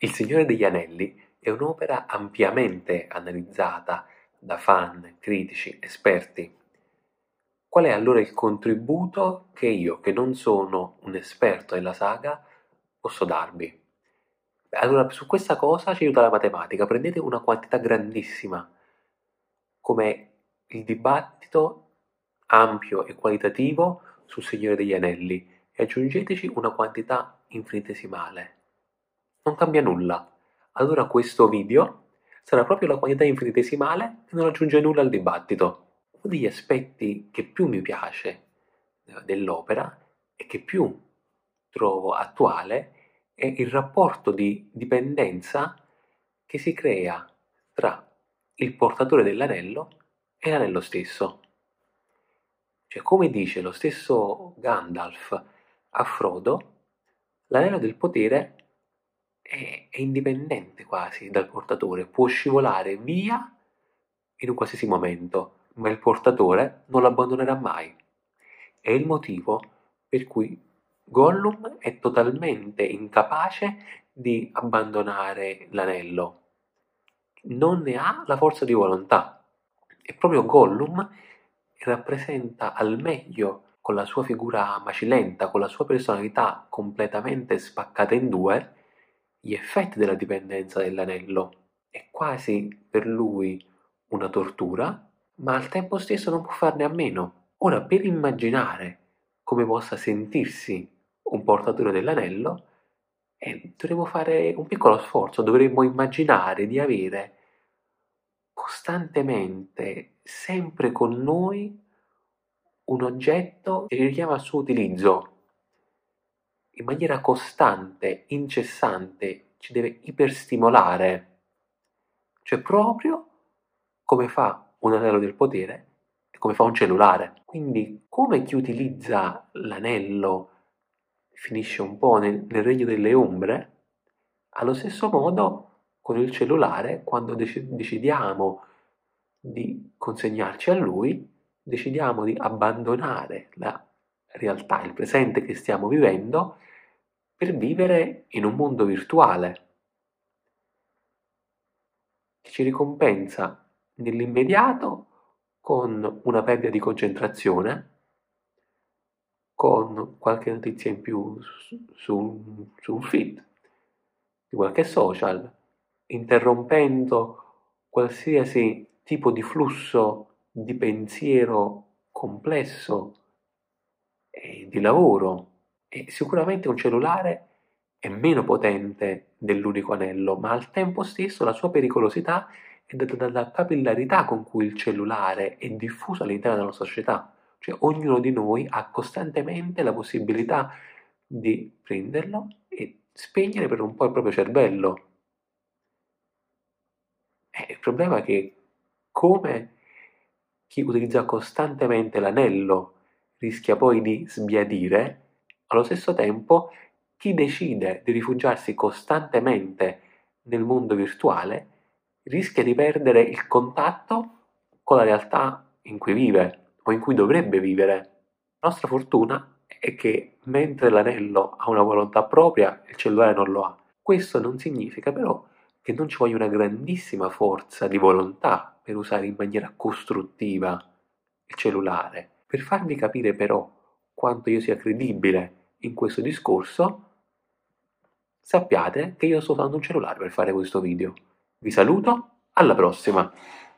Il Signore degli Anelli è un'opera ampiamente analizzata da fan, critici, esperti. Qual è allora il contributo che io, che non sono un esperto della saga, posso darvi? Allora, su questa cosa ci aiuta la matematica. Prendete una quantità grandissima, come il dibattito ampio e qualitativo sul Signore degli Anelli, e aggiungeteci una quantità infinitesimale. Non cambia nulla. Allora questo video sarà proprio la quantità infinitesimale che non aggiunge nulla al dibattito. Uno degli aspetti che più mi piace dell'opera e che più trovo attuale è il rapporto di dipendenza che si crea tra il portatore dell'anello e l'anello stesso. Cioè, come dice lo stesso Gandalf a Frodo, l'anello del potere è indipendente quasi dal portatore, può scivolare via in un qualsiasi momento, ma il portatore non lo abbandonerà mai. È il motivo per cui Gollum è totalmente incapace di abbandonare l'anello. Non ne ha la forza di volontà. E proprio Gollum rappresenta al meglio, con la sua figura macilenta, con la sua personalità completamente spaccata in due, gli effetti della dipendenza dell'anello. È quasi per lui una tortura, ma al tempo stesso non può farne a meno. Ora, per immaginare come possa sentirsi un portatore dell'anello, dovremmo fare un piccolo sforzo, dovremmo immaginare di avere costantemente, sempre con noi, un oggetto che richiama il suo utilizzo in maniera costante, incessante, ci deve iperstimolare, cioè proprio come fa un anello del potere e come fa un cellulare. Quindi come chi utilizza l'anello finisce un po' nel regno delle ombre, allo stesso modo con il cellulare, quando decidiamo di consegnarci a lui, decidiamo di abbandonare la realtà, il presente che stiamo vivendo, per vivere in un mondo virtuale che ci ricompensa nell'immediato con una perdita di concentrazione, con qualche notizia in più su un feed di qualche social, interrompendo qualsiasi tipo di flusso di pensiero complesso e di lavoro. E sicuramente un cellulare è meno potente dell'unico anello, ma al tempo stesso la sua pericolosità è data dalla capillarità con cui il cellulare è diffuso all'interno della nostra società. Cioè ognuno di noi ha costantemente la possibilità di prenderlo e spegnere per un po' il proprio cervello. Il problema è che come chi utilizza costantemente l'anello rischia poi di sbiadire, allo stesso tempo chi decide di rifugiarsi costantemente nel mondo virtuale rischia di perdere il contatto con la realtà in cui vive o in cui dovrebbe vivere. La nostra fortuna è che mentre l'anello ha una volontà propria, il cellulare non lo ha. Questo non significa però che non ci voglia una grandissima forza di volontà per usare in maniera costruttiva il cellulare. Per farvi capire però quanto io sia credibile in questo discorso, sappiate che io sto usando un cellulare per fare questo video. Vi saluto, alla prossima!